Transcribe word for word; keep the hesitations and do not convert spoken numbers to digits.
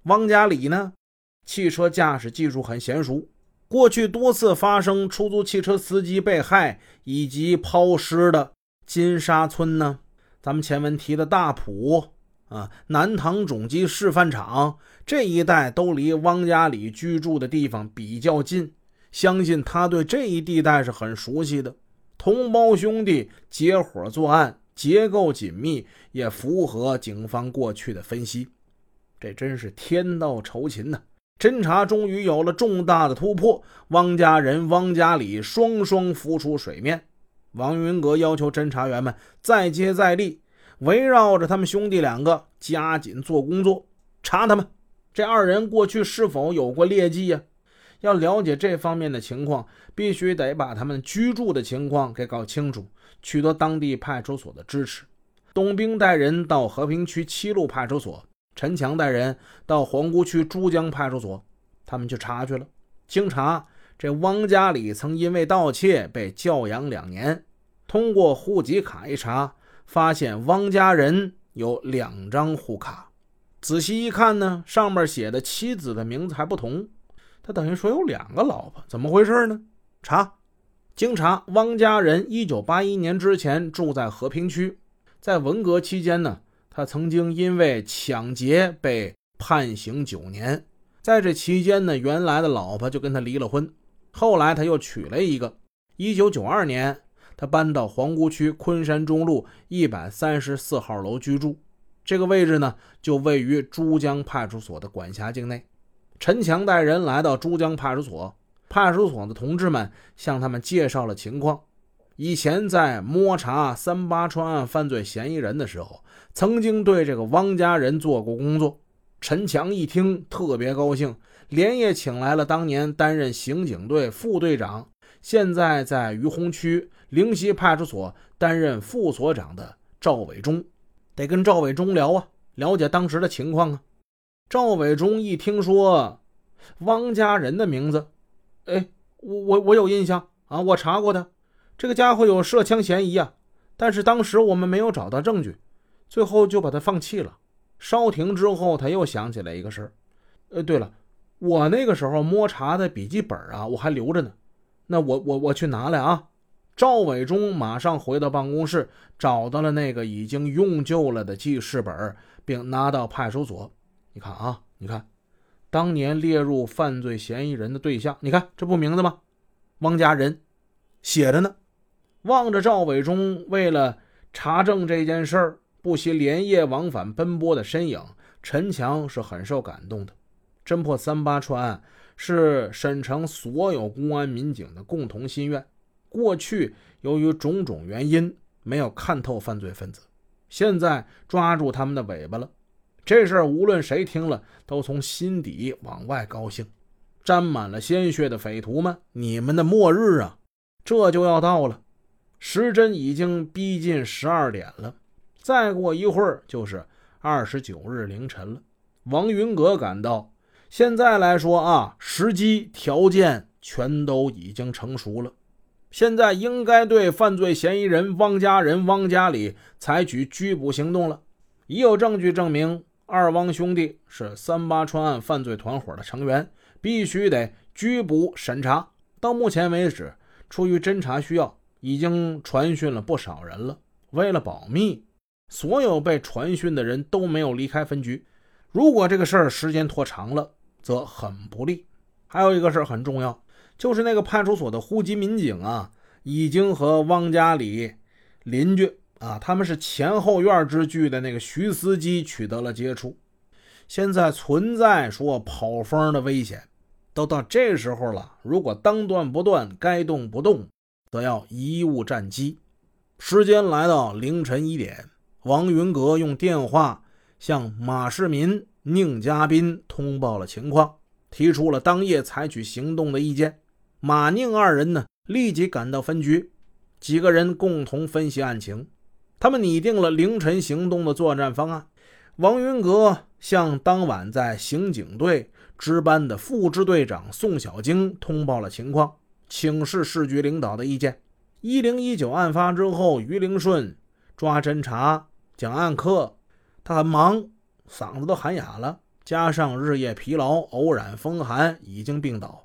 汪家里呢，汽车驾驶技术很娴熟，过去多次发生出租汽车司机被害以及抛尸的金沙村呢，咱们前文提的大埔啊、南塘种机示范厂这一带都离汪家里居住的地方比较近，相信他对这一地带是很熟悉的。同胞兄弟结伙作案，结构紧密，也符合警方过去的分析。这真是天道酬勤呐！侦查终于有了重大的突破，汪家人、汪家里双双浮出水面。王云阁要求侦查员们再接再厉，围绕着他们兄弟两个加紧做工作，查他们这二人过去是否有过劣迹呀、啊？要了解这方面的情况，必须得把他们居住的情况给搞清楚，取得当地派出所的支持。董兵带人到和平区七路派出所，陈强带人到皇姑区珠江派出所，他们去查去了。经查，这汪家里曾因为盗窃被教养两年。通过户籍卡一查，发现汪家人有两张户卡。仔细一看呢，上面写的妻子的名字还不同，他等于说有两个老婆，怎么回事呢？查，经查，汪家人一九八一年之前住在和平区，在文革期间呢，他曾经因为抢劫被判刑九年。在这期间呢，原来的老婆就跟他离了婚，后来他又娶了一个。一九九二年，他搬到皇姑区昆山中路一百三十四号楼居住，这个位置呢，就位于珠江派出所的管辖境内。陈强带人来到珠江派出所，派出所的同志们向他们介绍了情况。以前在摸查三八川案犯罪嫌疑人的时候，曾经对这个汪家人做过工作。陈强一听特别高兴，连夜请来了当年担任刑警队副队长，现在在于洪区灵溪派出所担任副所长的赵伟忠，得跟赵伟忠聊啊，了解当时的情况啊。赵伟忠一听说汪家人的名字，哎，我我我有印象啊，我查过他，这个家伙有涉枪嫌疑啊，但是当时我们没有找到证据，最后就把他放弃了。稍停之后，他又想起来一个事儿，呃，对了，我那个时候摸查的笔记本啊，我还留着呢，那我我我去拿来啊。赵伟忠马上回到办公室，找到了那个已经用旧了的记事本，并拿到派出所。你看啊，你看，当年列入犯罪嫌疑人的对象，你看这不名字吗？汪家人写着呢。望着赵伟忠为了查证这件事儿不惜连夜往返奔波的身影，陈强是很受感动的。侦破三八川案是沈城所有公安民警的共同心愿。过去由于种种原因没有看透犯罪分子，现在抓住他们的尾巴了。这事儿无论谁听了都从心底往外高兴。沾满了鲜血的匪徒们，你们的末日啊，这就要到了。时针已经逼近十二点了，再过一会儿就是二十九日凌晨了。王云阁感到，现在来说啊，时机条件全都已经成熟了，现在应该对犯罪嫌疑人汪家人、汪家里采取拘捕行动了。已有证据证明二汪兄弟是三八川案犯罪团伙的成员，必须得拘捕审查。到目前为止，出于侦查需要，已经传讯了不少人了。为了保密，所有被传讯的人都没有离开分局。如果这个事儿时间拖长了，则很不利。还有一个事儿很重要，就是那个派出所的户籍民警啊，已经和汪家里邻居啊，他们是前后院之距的那个徐司机取得了接触。现在存在说跑风的危险，都到这时候了，如果当断不断，该动不动，则要贻误战机。时间来到凌晨一点，王云阁用电话向马世民、宁家斌通报了情况，提出了当夜采取行动的意见。马宁二人呢，立即赶到分局，几个人共同分析案情，他们拟定了凌晨行动的作战方案。王云阁向当晚在刑警队值班的副支队长宋小京通报了情况，请示市局领导的意见。一零一九案发之后，于灵顺抓侦查讲案课，他很忙，嗓子都喊哑了， 加上日夜疲劳，偶染风寒，已经病倒。